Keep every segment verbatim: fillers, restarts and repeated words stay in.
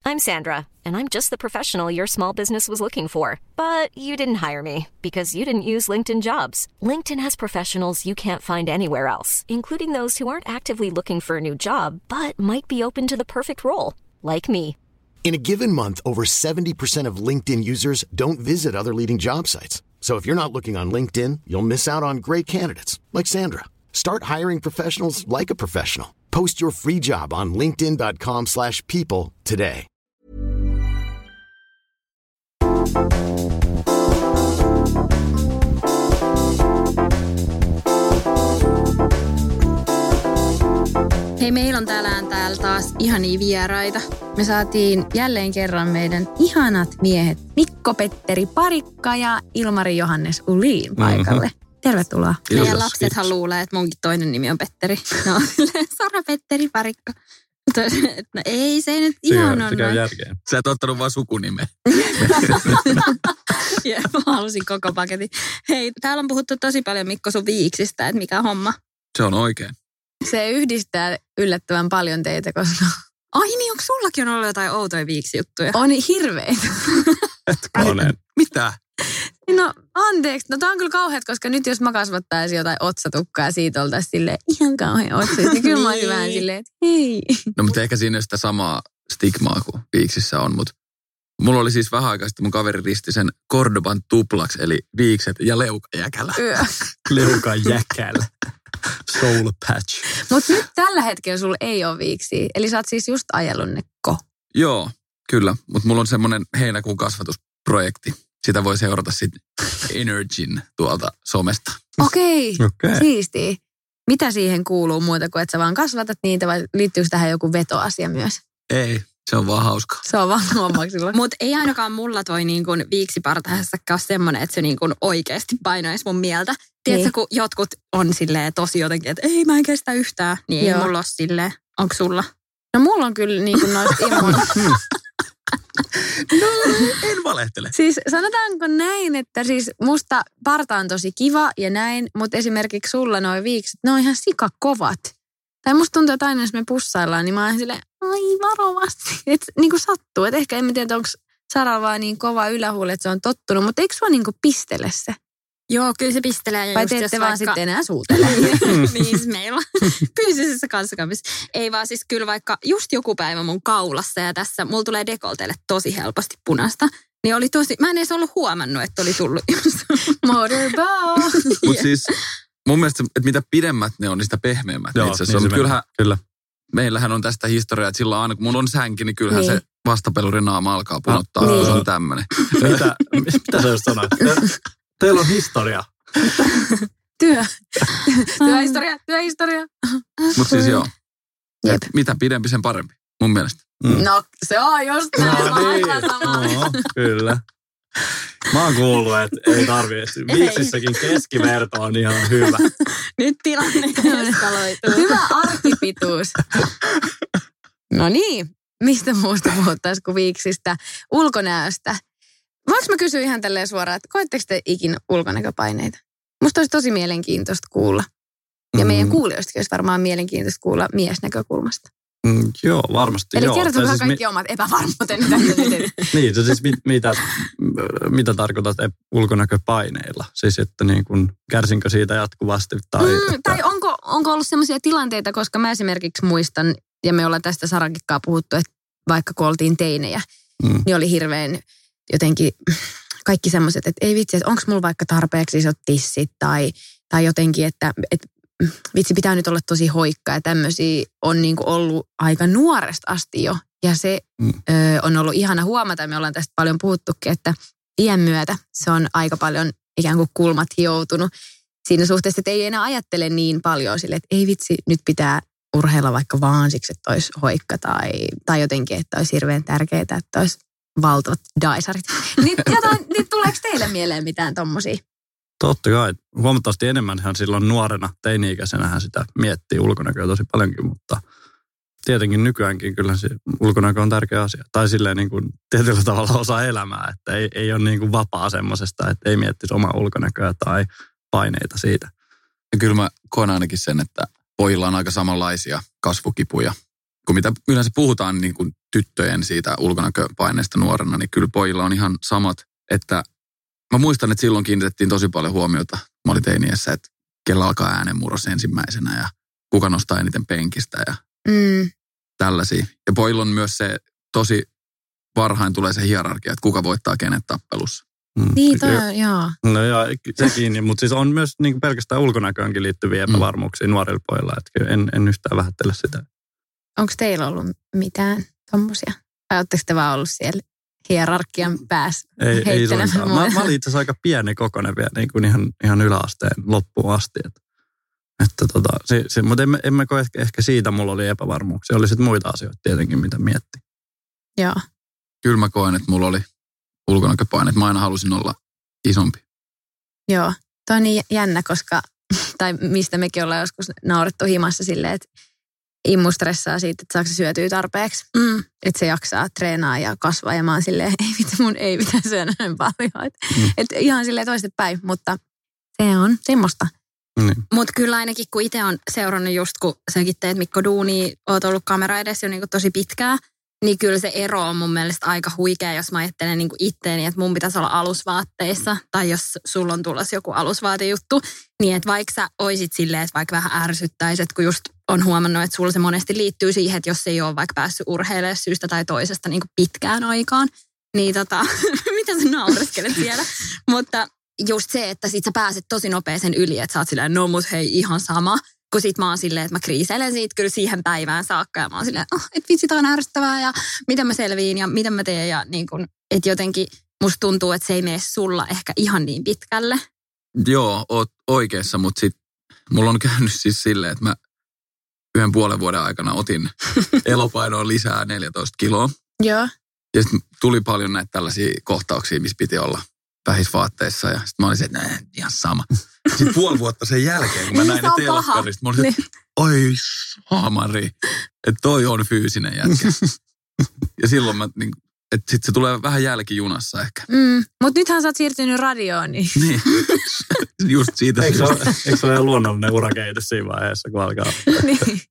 I'm Sandra, and I'm just the professional your small business was looking for. But you didn't hire me because you didn't use LinkedIn Jobs. LinkedIn has professionals you can't find anywhere else, including those who aren't actively looking for a new job, but might be open to the perfect role, like me. In a given month, over seventy percent of LinkedIn users don't visit other leading job sites. So if you're not looking on LinkedIn, you'll miss out on great candidates like Sandra. Start hiring professionals like a professional. Post your free job on linkedin.com slash people today. Hei, meillä on tänään täällä taas ihania vieraita. Me saatiin jälleen kerran meidän ihanat miehet Mikko-Petteri Parikka ja Ilmari Johannes Uliin paikalle. Mm-hmm. Tervetuloa. Kiitos. Meidän lapsethan luulee, että munkin toinen nimi on Petteri. No, Sara Petteri Parikka. No ei se nyt ihan on. Se käy järkeen. Sä et ottanut vaan sukunimeä. Ja mä halusin koko paketin. Hei, täällä on puhuttu tosi paljon Mikko sun viiksistä, että mikä homma. Se on oikein. Se yhdistää yllättävän paljon teitä, koska... Ai niin, onko sullakin on ollut jotain outoja viiksijuttuja? On hirveitä. Koneen. Mitä? No anteeksi, no tää on kyllä kauheat, koska nyt jos mä kasvattaisin jotain otsatukkaa ja siitä oltaisiin silleen ihan kauhean otsaista, niin kyllä mä olisin vähän silleen, että hei. No mutta ehkä siinä sitä samaa stigmaa kuin viiksissä on, mutta mulla oli siis vähän aikaa sitten mun kaveri risti sen Cordoban tuplaksi, eli viikset ja leukajäkällä. Leukajäkällä. Soul patch. Mutta nyt tällä hetkellä sulla ei ole viiksiä, eli sä oot siis just ajellut ne ko. Joo, kyllä, mutta mulla on semmoinen heinäkuun kasvatusprojekti. Sitä voi seurata sitten Energyn tuolta somesta. Okei, okay. Siistiä. Mitä siihen kuuluu muuta kuin, että sä vaan kasvatat niitä vai liittyykö tähän joku vetoasia myös? Ei, se on vaan hauska. Se on vaan huomaksilla. Mutta ei ainakaan mulla toi niin kuin viiksipartaisessakaan ole semmoinen, että se niin kuin oikeasti painaisi mun mieltä. Tiedätkö, niin. Kun jotkut on silleen tosi jotenkin, että ei mä en kestä yhtään, niin Joo. ei mulla ole silleen. Onko sulla? No mulla on kyllä niin kuin noista immun... No, en valehtele. Siis sanotaanko näin, että siis musta parta on tosi kiva ja näin, mutta esimerkiksi sulla noi viikset, ne on ihan sikakovat. Tai musta tuntuu, että aina jos me pussaillaan, niin mä oon silleen, ai varovasti. Että niin kuin sattuu. Että ehkä en tiedä, onko Saralla vaan niin kova ylähuuli, että se on tottunut, mutta eikö sua niin kuin pistele se? Joo, kyllä se pistelee. Ja vai just, teette jos vaan vaikka... sitten enää suutelee? Niin, meillä on fyysisessä kanssakäymisessä. Ei vaan siis kyllä vaikka just joku päivä mun kaulassa ja tässä, mulla tulee dekolteelle tosi helposti punaista. Niin oli tosi, mä en edes ollut huomannut, että oli tullut just motorball. Mutta siis mun mielestä, että mitä pidemmät ne on, niin sitä pehmeämmät. Joo, itse niin on. Kyllähän, kyllä. Meillähän on tästä historiaa, että silloin aina kun mulla on sänki, niin kyllähän niin. se vastapelurin naama alkaa punottaa, kun niin. se on tämmöinen. Mitä, mitä sä just sanoit? Teillä on historia. Työ. Työhistoria, työhistoria. Mutta siis joo, mitä pidempi sen parempi, mun mielestä. Mm. No se on just näin, no, niin. no, kyllä. Mä oon kuullut, että ei tarvitse. Viiksissäkin keskiverto on ihan hyvä. Nyt tilanne eskaloituu. Hyvä arkipituus. No niin, mistä muusta puhuttaisiin kuin viiksistä? Ulkonäöstä. Voinko mä kysyä ihan tälleen suoraan, että koetteko te ikinä ulkonäköpaineita? Musta olisi tosi mielenkiintoista kuulla. Ja meidän mm. kuulijoistakin olisi varmaan mielenkiintoista kuulla miesnäkökulmasta. Mm, joo, varmasti Eli joo. Eli kertokaa siis kaikki mi- omat epävarmuuteni tästä. Niin, se siis mit, mitä, mitä tarkoitat ulkonäköpaineilla? Siis, että niin kun, kärsinkö siitä jatkuvasti? Tai, mm, että... tai onko, onko ollut sellaisia tilanteita, koska mä esimerkiksi muistan, ja me ollaan tästä Sarakikkaa puhuttu, että vaikka kun oltiin teinejä, mm. niin oli hirveän jotenkin kaikki semmoiset, että ei vitsi, että onko mulla vaikka tarpeeksi isot tissit tai, tai jotenkin, että, että vitsi pitää nyt olla tosi hoikka ja tämmöisiä on niin kuin ollut aika nuoresta asti jo. Ja se mm. ö, on ollut ihana huomata, me ollaan tästä paljon puhuttukin, että iän myötä se on aika paljon ikään kuin kulmat hioutunut. Siinä suhteessa, että ei enää ajattele niin paljon sille, että ei vitsi, nyt pitää urheilla vaikka vaan siksi, että olisi hoikka tai, tai jotenkin, että olisi hirveän tärkeää, että olisi valtavat daisarit. Niin, jotain, niin tuleeko teille mieleen mitään tommosia? Totta kai. Huomattavasti enemmänhän silloin nuorena, teini-ikäisenähän sitä miettii ulkonäköä tosi paljonkin, mutta tietenkin nykyäänkin kyllä se ulkonäkö on tärkeä asia. Tai silleen niin kuin tietyllä tavalla osa elämää, että ei, ei ole niin kuin vapaa semmoisesta, että ei miettisi omaa ulkonäköä tai paineita siitä. Ja kyllä mä koen ainakin sen, että pojilla on aika samanlaisia kasvukipuja kun mitä yleensä puhutaan niin kuin tyttöjen siitä ulkonäköpaineesta nuorena, niin kyllä pojilla on ihan samat, että mä muistan, että silloin kiinnitettiin tosi paljon huomiota, mä olin teiniässä, että kellä alkaa äänenmurros ensimmäisenä ja kuka nostaa eniten penkistä ja Mm. tällaisia. Ja pojilla on myös se tosi varhain tulee se hierarkia, että kuka voittaa kenet tappelussa. Mm. Niin, toi on, joo. No joo, sekin, mutta siis on myös niin kuin pelkästään ulkonäköönkin liittyviä epävarmuuksia mm. nuorilla pojilla, että en, en yhtään vähättele sitä. Onko teillä ollut mitään tommosia? Vai ootteko te vaan ollut siellä hierarkian päässä Ei, ei heittelemään? mä, mä olin itse asiassa aika pieni kokoinen vielä niin kuin ihan, ihan yläasteen loppuun asti. Että, että tota, se, se, mutta emme, emme koe ehkä, ehkä siitä mulla oli epävarmuuksia. Oli sitten muita asioita tietenkin, mitä mietti. Joo. Kyllä mä koen, että mulla oli ulkonäköpaine, että mä aina halusin olla isompi. Joo. Toi on niin jännä, koska, tai mistä mekin ollaan joskus naurettu himassa silleen, että immu stressaa siitä, että saako se syötyä tarpeeksi. Mm. Että se jaksaa treenaa ja kasvaa ja mä oon silleen, ei vittu, mun ei pitäisi syödä näin paljon. Että mm. et ihan silleen toistepäin, mutta se on semmoista. Niin. Mutta kyllä ainakin, kun itse on seurannut just, kun säkin teet Mikko duunia, oot ollut kamera edessä jo niin kuin tosi pitkään, niin kyllä se ero on mun mielestä aika huikea, jos mä ajattelen niin kuin itteeni, että mun pitäisi olla alusvaatteissa, tai jos sulla on tulossa joku alusvaatejuttu, niin että vaikka sä oisit silleen, että vaikka vähän ärsyttäisit, kun just on huomannut, että sulla se monesti liittyy siihen, että jos ei ole vaikka päässyt urheilemaan syystä tai toisesta niin kuin pitkään aikaan, niin tota, mitä sä naureskelet siellä, mutta just se, että sit sä pääset tosi nopeesen yli, että sä oot silleen, no mut hei ihan sama. Kun sit mä oon silleen, että mä kriiseilen siitä kyllä siihen päivään saakka. Ja mä oon silleen, oh, että vitsi, tää on ärsyttävää ja miten mä selviin ja miten mä teen. Ja niin kun, että jotenkin musta tuntuu, että se ei mene sulla ehkä ihan niin pitkälle. Joo, oot oikeassa, mutta sit mulla on käynyt siis silleen, että mä yhden puolen vuoden aikana otin elopainoa lisää neljätoista kiloa. Joo. Ja sitten tuli paljon näitä tällaisia kohtauksia, missä piti olla vähisvaatteissa. Ja sitten mä olin se, että näin, ihan sama. Sitten puoli vuotta sen jälkeen, kun mä näin ne telkkarista, mä olin se, että oi saamari, että toi on fyysinen jätkä. Ja silloin mä, niin, että sitten se tulee vähän jälkijunassa ehkä. Mm, mutta nythän sä oot siirtynyt radioon, niin. Niin, just siitä. Eikö se ole, eikö se ole luonnollinen urakehitys siinä vaiheessa, kun alkaa? Niin.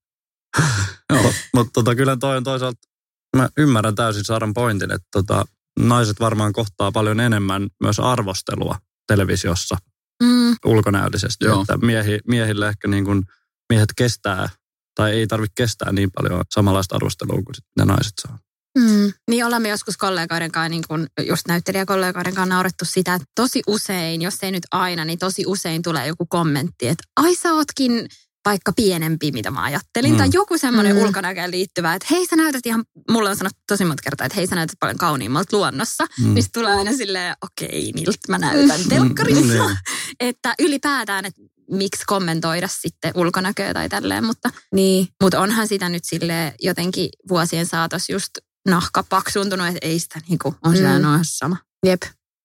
Joo, mutta tota, kyllä toi on toisaalta, mä ymmärrän täysin Saran pointin, että tota, naiset varmaan kohtaa paljon enemmän myös arvostelua televisiossa mm. ulkonäöllisesti. Joo. Että miehi, miehille ehkä niin kuin miehet kestää, tai ei tarvitse kestää niin paljon samanlaista arvostelua kuin ne naiset saa. Mm. Niin olemme joskus kollegoiden kanssa, niin kuin just näyttelijäkollegoiden kanssa naurettu sitä, että tosi usein, jos ei nyt aina, niin tosi usein tulee joku kommentti, että ai sä ootkin vaikka pienempi, mitä mä ajattelin. Mm. Tai joku semmoinen mm. ulkonäköön liittyvä, että hei sä näytät ihan, mulle on sanottu tosi monta kertaa, että hei sä näytät paljon kauniimmalta luonnossa. Mm. Niin tulee aina silleen, okei, miltä mä näytän telkkarissa. Mm. Että ylipäätään, että miksi kommentoida sitten ulkonäköä tai tälleen, mutta, niin. mutta onhan sitä nyt silleen jotenkin vuosien saatossa just nahka paksuuntunut, että ei sitä niinku, on siellä mm. noin sama. Jep.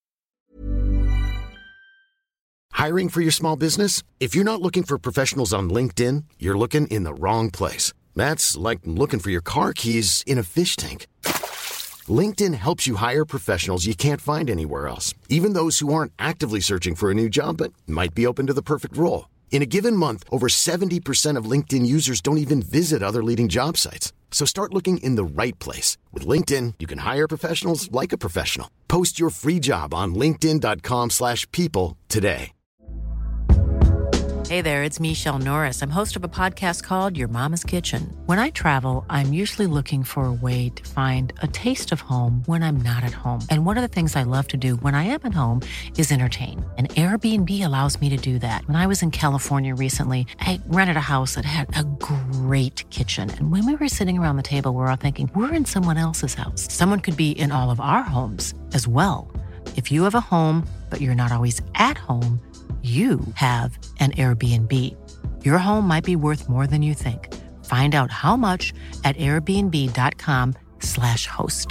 Hiring for your small business? If you're not looking for professionals on LinkedIn, you're looking in the wrong place. That's like looking for your car keys in a fish tank. LinkedIn helps you hire professionals you can't find anywhere else, even those who aren't actively searching for a new job but might be open to the perfect role. In a given month, over seventy percent of LinkedIn users don't even visit other leading job sites. So start looking in the right place. With LinkedIn, you can hire professionals like a professional. Post your free job on linkedin.com slash people today. Hey there, it's Michelle Norris. I'm host of a podcast called Your Mama's Kitchen. When I travel, I'm usually looking for a way to find a taste of home when I'm not at home. And one of the things I love to do when I am at home is entertain. And Airbnb allows me to do that. When I was in California recently, I rented a house that had a great kitchen. And when we were sitting around the table, we were all thinking, we're in someone else's house. Someone could be in all of our homes as well. If you have a home, but you're not always at home, you have an Airbnb. Your home might be worth more than you think. Find out how much at airbnb.com slash host.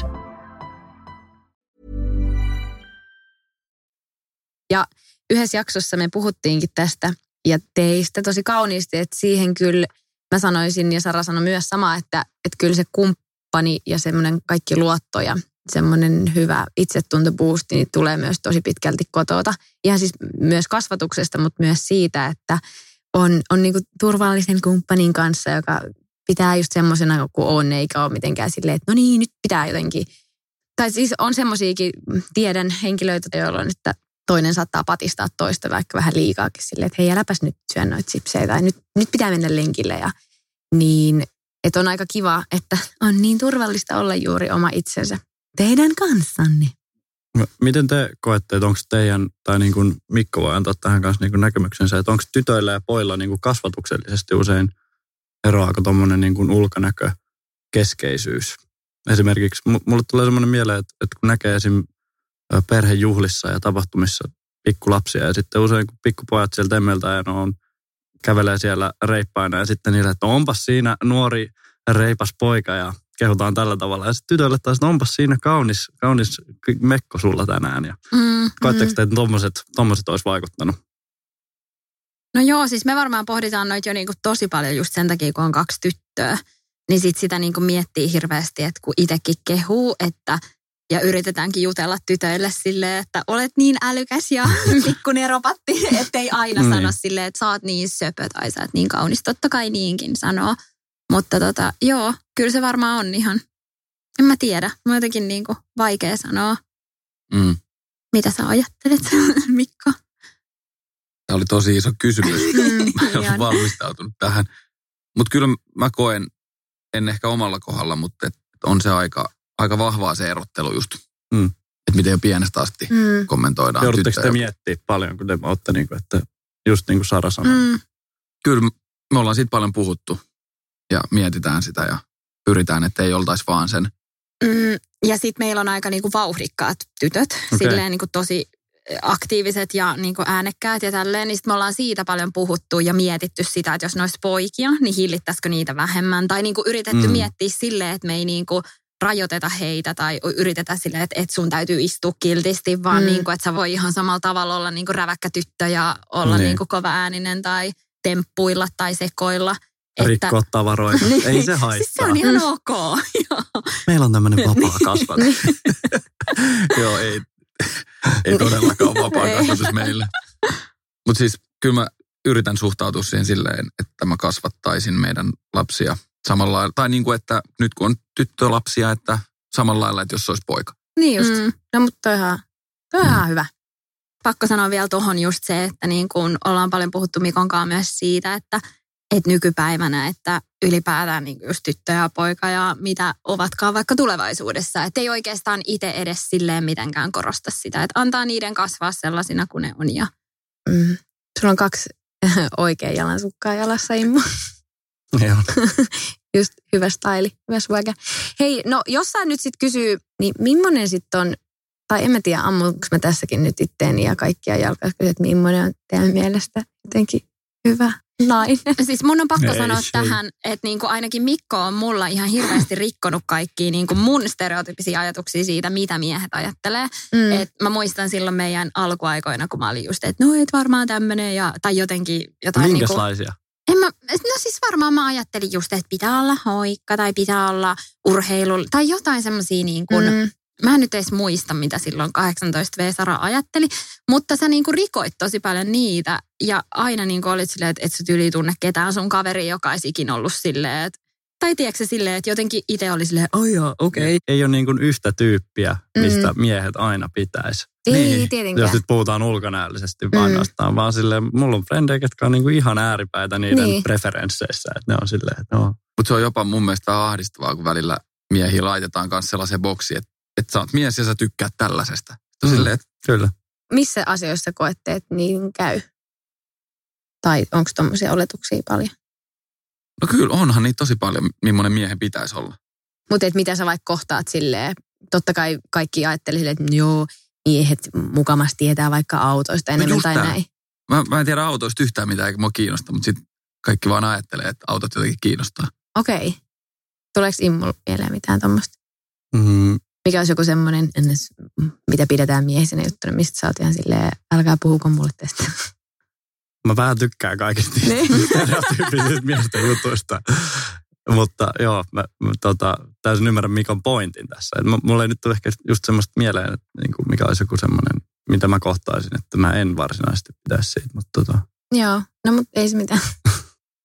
Ja yhdessä jaksossa me puhuttiinkin tästä ja teistä tosi kauniisti, että siihen kyllä mä sanoisin ja Sara sanoi myös sama, että, että kyllä se kumppani ja semmoinen kaikki luotto ja semmoinen hyvä itsetuntoboosti niin tulee myös tosi pitkälti kotota. Ihan siis myös kasvatuksesta, mutta myös siitä, että on, on niinku turvallisen kumppanin kanssa, joka pitää just semmosena kuin on, eikä ole mitenkään silleen, että no niin, nyt pitää jotenkin. Tai siis on semmosiakin, tiedän henkilöitä, joilla on, että toinen saattaa patistaa toista vaikka vähän liikaakin silleen, että hei, äläpäs nyt syö noita sipsejä tai nyt, nyt pitää mennä lenkille. Ja niin, että on aika kiva, että on niin turvallista olla juuri oma itsensä teidän kanssanne. Miten te koette, että onko teidän, tai niin kuin Mikko voi antaa tähän kanssa niin kuin näkemyksensä, että onko tytöillä ja pojilla niin kuin kasvatuksellisesti usein eroaako tuommoinen niin kuin ulkonäkökeskeisyys? Esimerkiksi mulle tulee semmoinen mieleen, että, että kun näkee esim. Perhejuhlissa ja tapahtumissa pikkulapsia ja sitten usein kun pikkupojat sieltä temmeltä ja no on, kävelee siellä reippaina ja sitten niille, että onpas siinä nuori reipas poika ja kehutaan tällä tavalla. Ja sitten tytöille taas, että onpas siinä kaunis, kaunis mekko sulla tänään. Ja mm, koetteko mm. te, että tommoset, tommoset olisi vaikuttanut? No joo, siis me varmaan pohditaan noita jo niinku tosi paljon just sen takia, kun on kaksi tyttöä. Niin sit sitä niinku miettii hirveästi, että kun itsekin kehuu, että ja yritetäänkin jutella tytöille silleen, että olet niin älykäs ja pikkuneropatti, ettei aina sano silleen, että sä oot niin söpö tai sä oot niin kaunis. Totta kai niinkin sanoo. Mutta tota, joo, kyllä se varmaan on ihan, en mä tiedä. Mä jotenkin niin kuin vaikea sanoa. Mm. Mitä sä ajattelet, Mikko? Tämä oli tosi iso kysymys. Mä en ole valmistautunut tähän. Mutta kyllä mä koen, en ehkä omalla kohdalla, mutta on se aika, aika vahvaa se erottelu just. Mm. Että miten jo pienestä asti mm. kommentoidaan. Joudutteko te miettiä paljon, kun te olette niin kuin, että just niin kuin Sara sanoi? Mm. Kyllä me ollaan siitä paljon puhuttu. Ja mietitään sitä ja pyritään, että ei oltaisi vaan sen. Mm, ja sitten meillä on aika niinku vauhdikkaat tytöt, okay. Silleen niinku tosi aktiiviset ja niinku äänekkäät ja tälleen. Niin sitten me ollaan siitä paljon puhuttu ja mietitty sitä, että jos ne olisi poikia, niin hillittäisikö niitä vähemmän. Tai niinku yritetty mm. miettiä silleen, että me ei niinku rajoiteta heitä tai yritetä silleen, että et sun täytyy istua kiltisti, vaan mm. niinku, että sä voi ihan samalla tavalla olla niinku räväkkä tyttö ja olla niin. niinku kova ääninen tai temppuilla tai sekoilla. Rikkoa tavaroita. Niin, ei se haittaa. Siis se on ihan ok. Meillä on tämmöinen vapaa kasvatus. Joo, ei, ei todellakaan vapaa kasvatus meillä. Mutta siis kyllä mä yritän suhtautua siihen silleen, että mä kasvattaisin meidän lapsia samalla lailla. Tai niin kuin, että nyt kun on tyttölapsia, että samalla lailla, että jos se olisi poika. Niin just. Mm. No mutta toi ihan, toi mm. ihan hyvä. Pakko sanoa vielä tuohon just se, että niin kuin ollaan paljon puhuttu Mikonkaan myös siitä, että että nykypäivänä, että ylipäätään niin just tyttö ja poika ja mitä ovatkaan vaikka tulevaisuudessa. Että ei oikeastaan itse edes silleen mitenkään korosta sitä, että antaa niiden kasvaa sellaisina kuin ne on. Ja... Mm. Sulla on kaksi oikean jalan sukkaa jalassa, Immo. Joo. Just hyvä staili, hyvä swagger. Hei, no jos sä nyt sit kysyy, niin millainen sitten on, tai en mä tiedä, ammunko mä tässäkin nyt itteeni ja kaikkia jalkaa, että millainen on teidän mielestä jotenkin hyvä nainen. Siis mun on pakko ei, sanoa ei. tähän, että niinku ainakin Mikko on mulla ihan hirveästi rikkonut kaikkia niinku mun stereotyyppisiä ajatuksia siitä, mitä miehet ajattelee. Mm. Et mä muistan silloin meidän alkuaikoina, kun mä olin just, että no et varmaan tämmönen ja, tai jotenkin jotain. Minkälaisia? Niinku, en mä, no siis varmaan mä ajattelin just, että pitää olla hoikka tai pitää olla urheilu tai jotain semmosia niin kuin, mm. Mä en nyt edes muista, mitä silloin kahdeksantoista vuotias Sara ajatteli, mutta sä niinku rikoit tosi paljon niitä ja aina niinku olit silleen, että et sä tyyli tunne ketään sun kaveri, joka olisi ikinä ollut silleen, että tai tiedätkö se silleen, että jotenkin itse oli silleen, oh joo, okei. Okay. Ei ole niin kuin yhtä tyyppiä, mistä mm. miehet aina pitäisi. Ei, niin. Tietenkään. Jos nyt puhutaan ulkonäöllisesti mm. ainoastaan, vaan silleen, mulla on frendejä, jotka on niin kuin ihan ääripäitä niiden niin. preferensseissä, että ne on silleen, että no. Mutta se on jopa mun mielestä vähän ahdistavaa, kun välillä miehiä laitetaan kanssa sellaiseen boksiin, että että sä oot mies ja sä tykkäät tällaisesta. Mm. Silleen, että... Kyllä. Missä asioissa koette, että niin käy? Tai onko tommoisia oletuksia paljon? No kyllä, onhan niitä tosi paljon, millainen miehen pitäisi olla. Mutta mitä sä vaikka kohtaat silleen, totta kai kaikki ajattelee silleen, että joo, miehet mukamasti tietää vaikka autoista enemmän no tai tämä. Näin. Mä, mä en tiedä autoista yhtään mitään, eikä mua kiinnosta, mutta sitten kaikki vaan ajattelee, että autot jotenkin kiinnostaa. Okei. Okay. Tuleeko Immulla mieleen mitään tommoista? Mm. Mikä olisi joku semmoinen, mitä pidetään miehisenä juttuna, mistä sä oot ihan silleen, älkää puhuko mulle tästä. Mä vähän tykkään kaikista stereotyyppisistä miesten jutuista. Mutta joo, mä, mä tota, täysin ymmärrän Mikon pointin tässä. Et mulla ei nyt ole ehkä just semmoista mieleen, että niin kuin mikä olisi joku semmoinen, mitä mä kohtaisin, että mä en varsinaisesti pitäisi siitä. Mutta tota. Joo, no mutta ei se mitään.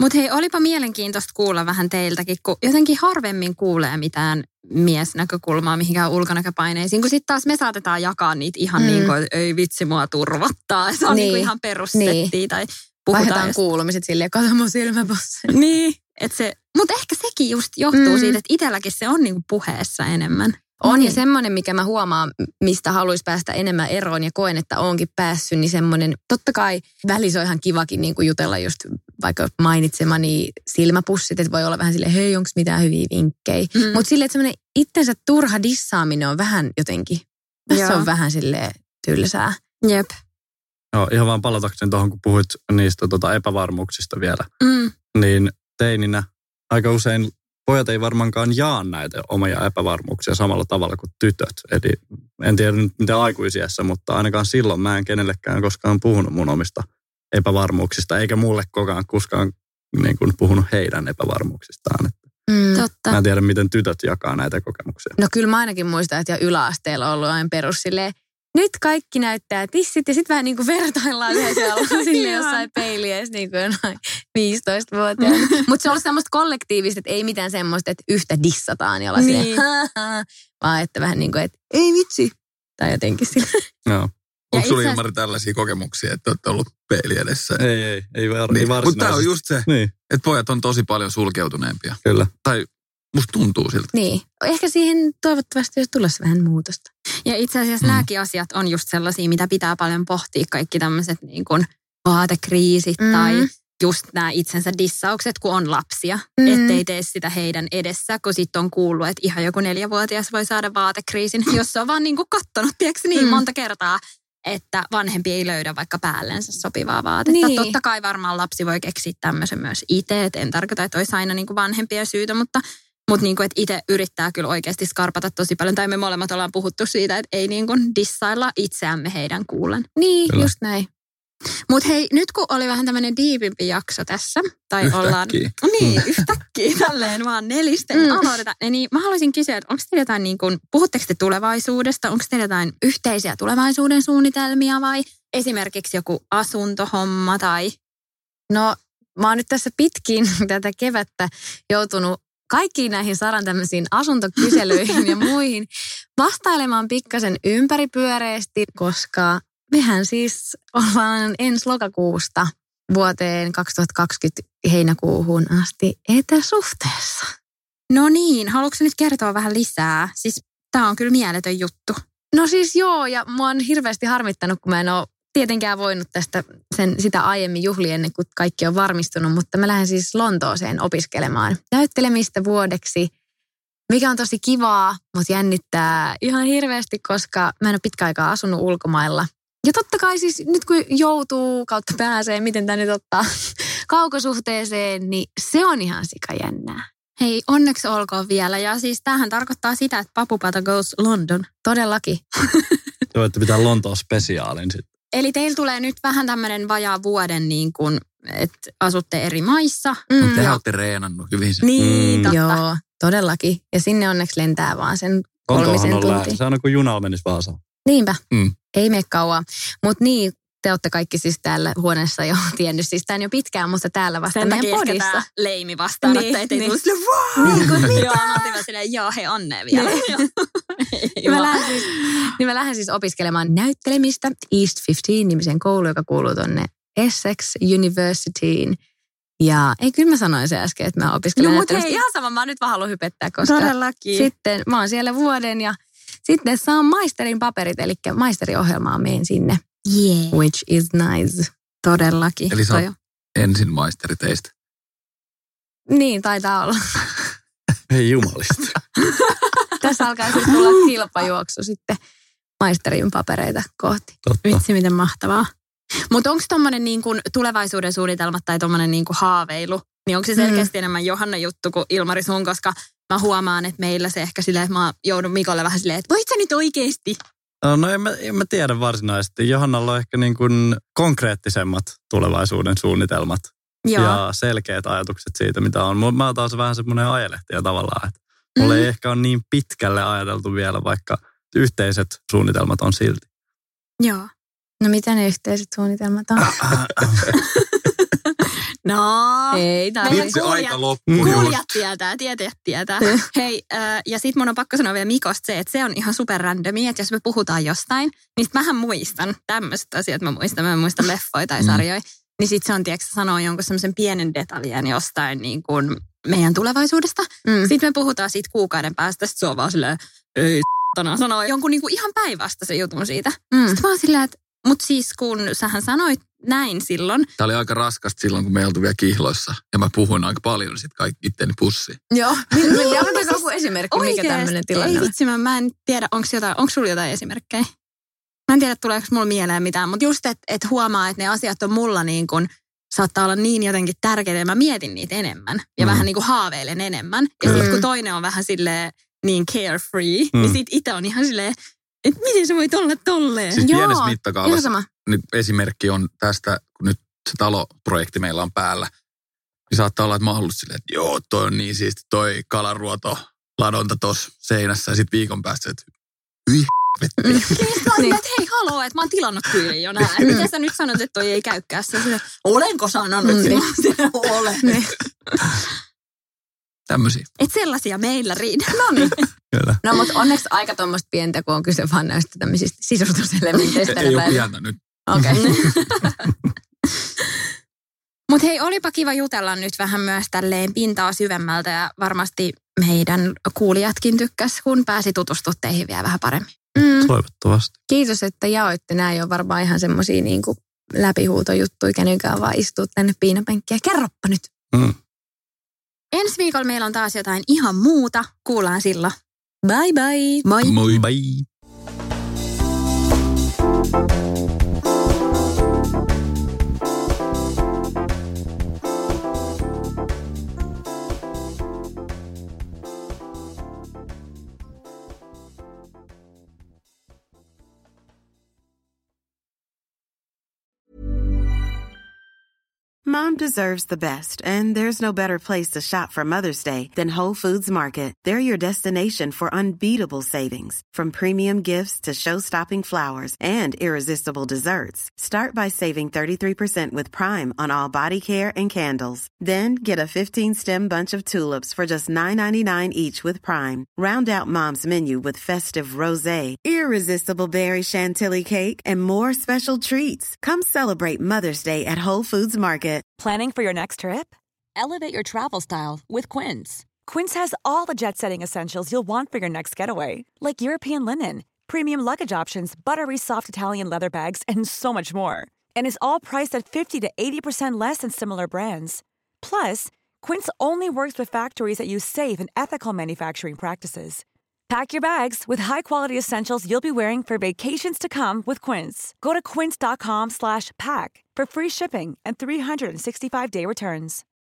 Mutta hei, olipa mielenkiintoista kuulla vähän teiltäkin, kun jotenkin harvemmin kuulee mitään miesnäkökulmaa mihinkään ulkonäköpaineisiin, kun sitten taas me saatetaan jakaa niitä ihan mm. niin kuin, että ei vitsi mua turvottaa. Se on niin. Niin kuin ihan perussettiä niin. Tai puhutaan. Vaihdetaan kuulumiset silleen, kato mun silmäpussi. Niin, että se, mutta ehkä sekin just johtuu mm. siitä, että itselläkin se on niin kuin puheessa enemmän. On niin. Ja semmoinen, mikä mä huomaan, mistä haluaisi päästä enemmän eroon ja koen, että oonkin päässyt, niin semmoinen, totta kai välissä on ihan kivakin niin kuin jutella just vaikka mainitsemani silmäpussit, että voi olla vähän silleen, hei, onko mitään hyviä vinkkejä. Mm. Mutta silleen, että semmoinen itsensä turha dissaaminen on vähän jotenkin, se on vähän silleen tylsää. Jep. Joo, ihan vaan palatakseni tuohon, kun puhuit niistä tota, epävarmuuksista vielä, mm. niin teininä aika usein pojat ei varmaankaan jaa näitä omia epävarmuuksia samalla tavalla kuin tytöt. Eli en tiedä nyt miten aikuisiässä, mutta ainakaan silloin mä en kenellekään koskaan puhunut mun omista epävarmuuksista, eikä mulle koskaan koskaan niin kuin puhunut heidän epävarmuuksistaan. Mm, totta. Mä en tiedä, miten tytöt jakaa näitä kokemuksia. No kyllä mä ainakin muistan, että jo yläasteella on ollut aina perus silleen, nyt kaikki näyttää tissit ja sitten vähän niin kuin vertaillaan yhdessä sille jossain peiliässä niin kuin jonain viisitoistavuotiaana. Mutta se on ollut semmoista kollektiivista, että ei mitään semmoista, että yhtä dissataan ja olla niin. Silleen, vaan että vähän niin kuin, että ei vitsi. Tai jotenkin silleen. Joo. Onko sulla Ilmari tällaisia kokemuksia, että olette ollut peili edessä? Ei, ei, ei, ei var, niin. varsinaisesti. Mutta tämä on just se, niin. että pojat on tosi paljon sulkeutuneempia. Kyllä. Tai musta tuntuu siltä. Niin. Ehkä siihen toivottavasti olisi tulossa vähän muutosta. Ja itse asiassa mm. nämäkin asiat on just sellaisia, mitä pitää paljon pohtia. Kaikki tämmöiset niin kuin vaatekriisit mm. tai just nämä itsensä dissaukset, kun on lapsia. Mm. Ettei tee sitä heidän edessä, kun sitten on kuullut, että ihan joku neljävuotias voi saada vaatekriisin, jos se on vaan niin kuin kattonut, tiedätkö niin mm. monta kertaa, että vanhempi ei löydä vaikka päällensä sopivaa vaatetta. Niin. Totta kai varmaan lapsi voi keksiä tämmöisen myös itse, että en tarkoita, että olisi aina niin kuin vanhempien syytä, mutta Mutta niin että itse yrittää kyllä oikeasti skarpata tosi paljon. Tai me molemmat ollaan puhuttu siitä, että ei niin kuin dissailla itseämme heidän kuulen. Niin, kyllä. Just näin. Mutta hei, nyt kun oli vähän tämmöinen diipimpi jakso tässä. Tai yhtäkkiä. ollaan... Niin, yhtäkkiä. Tälleen vaan nelisten mm. aloitetaan. Niin mä haluaisin kysyä, että onko teillä jotain niin kuin, puhutteko te tulevaisuudesta? Onko teillä jotain yhteisiä tulevaisuuden suunnitelmia vai esimerkiksi joku asuntohomma tai... No, mä oon nyt tässä pitkin tätä kevättä joutunut kaikkiin näihin Saran tämmöisiin asuntokyselyihin ja muihin vastailemaan pikkasen ympäripyöreästi, koska mehän siis ollaan ensi lokakuusta vuoteen kaksituhattakaksikymmentä heinäkuuhun asti etäsuhteessa. No niin, haluatko nyt kertoa vähän lisää? Siis tää on kyllä mieletön juttu. No siis joo, ja mua on hirveästi harmittanut, kun mä en ole tietenkään voinut tästä sen, sitä aiemmin juhlia ennen kuin kaikki on varmistunut, mutta mä lähden siis Lontooseen opiskelemaan näyttelemistä vuodeksi, mikä on tosi kivaa, mutta jännittää ihan hirveästi, koska mä en ole pitkä aikaa asunut ulkomailla. Ja totta kai siis nyt kun joutuu kautta pääsee, miten tämä nyt ottaa kaukosuhteeseen, niin se on ihan sikajännää. Hei, onneksi olkoon vielä. Ja siis tämähän tarkoittaa sitä, että Papupata goes London. Todellakin. Te voitte pitää Lontoon spesiaalin sitten. Eli teillä tulee nyt vähän tämmöinen vajaa vuoden, niin kuin, että asutte eri maissa. Mm. Mutta te olette reenannut hyvin sen. Niin, mm. totta. Joo, todellakin. Ja sinne onneksi lentää vaan sen kolmisen tuntia. Se on kuin junalla menisi Vaasaan. Niinpä. Mm. Ei mene kauan. Mutta niin, te olette kaikki siis täällä huoneessa jo tiennyt siis tämän jo pitkään, mutta täällä vasta sen meidän podissa. Sen takia leimi vastaanottaa, ettei niin. tule silleen, vau! Niin kuin mitä? Joo, mä otin silleen, joo, hei Anne vielä. Niin. mä lähden siis, niin mä lähden siis opiskelemaan näyttelemistä East viisitoista-nimisen koulu, joka kuuluu tonne Essex Universityin. Ja ei, kyllä mä sanoin se äsken, että mä opiskelen no, näyttelemistä. Hei. Ihan sama, mä nyt vaan haluan hypettää, koska todellakin. Sitten mä oon siellä vuoden ja sitten saan maisterin paperit, eli maisteriohjelmaan menen sinne. Yeah. Which is nice. Todellakin. Eli sä oot ensin maisteri teistä. Niin, taitaa olla. Ei jumalista. Tässä alkaa siis tulla kilpajuoksu sitten maisterin papereita kohti. Totta. Vitsi, miten mahtavaa. Mutta onko tommonen niin kuin tulevaisuuden suunnitelmat tai tommonen niin kuin haaveilu, niin onko se selkeästi mm. enemmän Johanna juttu kuin Ilmari sun, koska mä huomaan, että meillä se ehkä silleen, että mä joudun Mikolle vähän silleen, että voit sä nyt oikeesti? No en mä, en mä tiedä varsinaisesti. Johannalla on ehkä niin kuin konkreettisemmat tulevaisuuden suunnitelmat. Joo. Ja selkeät ajatukset siitä, mitä on. Mä oon taas vähän semmoinen ajelehtija tavallaan, että mulla mm. ei ehkä ole niin pitkälle ajateltu vielä, vaikka yhteiset suunnitelmat on silti. Joo. No mitä ne yhteiset suunnitelmat on? No, Ei, tää Vitsi, aika loppui just. Kuulijat tietää, tietäjät tietää. Hei, äh, ja sit mun on pakko sanoa vielä Mikosta se, että se on ihan super randomia, että jos me puhutaan jostain, niin sit mähän muistan tämmöiset asiat, mä muistan, mä muistan leffoja tai sarjoja, mm. niin sit se on, tiedätkö, sanoo jonkun semmoisen pienen detaljen jostain niin kuin meidän tulevaisuudesta. Mm. Sitten me puhutaan siitä kuukauden päästä, sit se on vaan silleen, ei s**tana, sanoo jonkun niin kuin ihan päinvasta se jutun siitä. Mm. Sitten mä oon silleen, että mut siis kun sähän sanoit näin silloin. Tämä oli aika raskasta silloin, kun me ei oltu vielä kihloissa. Ja mä puhuin aika paljon sit kaikki itteeni pussiin. Joo. Antakaa joku esimerkki, mikä tämmöinen tilanne on. Ei vitsi, mä, mä en tiedä, onko jotain, onko sulla jotain esimerkkejä? Mä en tiedä, tuleeko mulla mieleen mitään. Mutta just, että et huomaa, että ne asiat on mulla niin kuin, saattaa olla niin jotenkin tärkeitä. Ja mä mietin niitä enemmän. Ja mm. vähän niin kuin haaveilen enemmän. Ja mm. sitten kun toinen on vähän silleen niin carefree, mm. niin sit itse on ihan silleen, että miten sä voit olla tolleen? Siis pienessä mittakaavassa nyt esimerkki on tästä, kun nyt se taloprojekti meillä on päällä, niin saattaa olla, että mä oon ollut silleen, että joo, toi on niin siisti, toi kalaruoto ladonta tossa seinässä, ja sit viikon päästä, että yh, vetti. Niin sitten että hei haloo, että mä oon tilannut tyyliin jo nää. Miten sä nyt sanot, että toi ei käykään? Olenko sanonut? Olen. Tämmöisiä. Että sellaisia meillä riitä. No niin. Kyllä. No mutta onneksi aika tuommoista pientä, kun on kyse vaan näistä tämmöisistä sisustuselementeistä. Ei ole pientä nyt. Okei. Okay. Mutta hei, olipa kiva jutella nyt vähän myös tälleen pintaa syvemmältä ja varmasti meidän kuulijatkin tykkäs, kun pääsi tutustua teihin vielä vähän paremmin. Mm. Toivottavasti. Kiitos, että jaoitte. Nämä ei ole varmaan ihan semmoisia niin kuin läpihuutojuttuja, kenenkään vaan istuu tänne piinapenkkiä. Kerroppa nyt. Mm. Ensi viikolla meillä on taas jotain ihan muuta. Kuullaan silloin. Bye bye. Moi. Moi. Bye. Mom deserves the best, and there's no better place to shop for Mother's Day than Whole Foods Market. They're your destination for unbeatable savings, from premium gifts to show-stopping flowers and irresistible desserts. Start by saving thirty-three percent with Prime on all body care and candles. Then get a fifteen-stem bunch of tulips for just nine ninety-nine each with Prime. Round out Mom's menu with festive rosé, irresistible berry chantilly cake, and more special treats. Come celebrate Mother's Day at Whole Foods Market. Planning for your next trip? Elevate your travel style with Quince. Quince has all the jet-setting essentials you'll want for your next getaway, like European linen, premium luggage options, buttery soft Italian leather bags, and so much more. And is all priced at fifty to eighty percent less than similar brands. Plus, Quince only works with factories that use safe and ethical manufacturing practices. Pack your bags with high-quality essentials you'll be wearing for vacations to come with Quince. Go to quince.com slash pack for free shipping and three sixty-five day returns.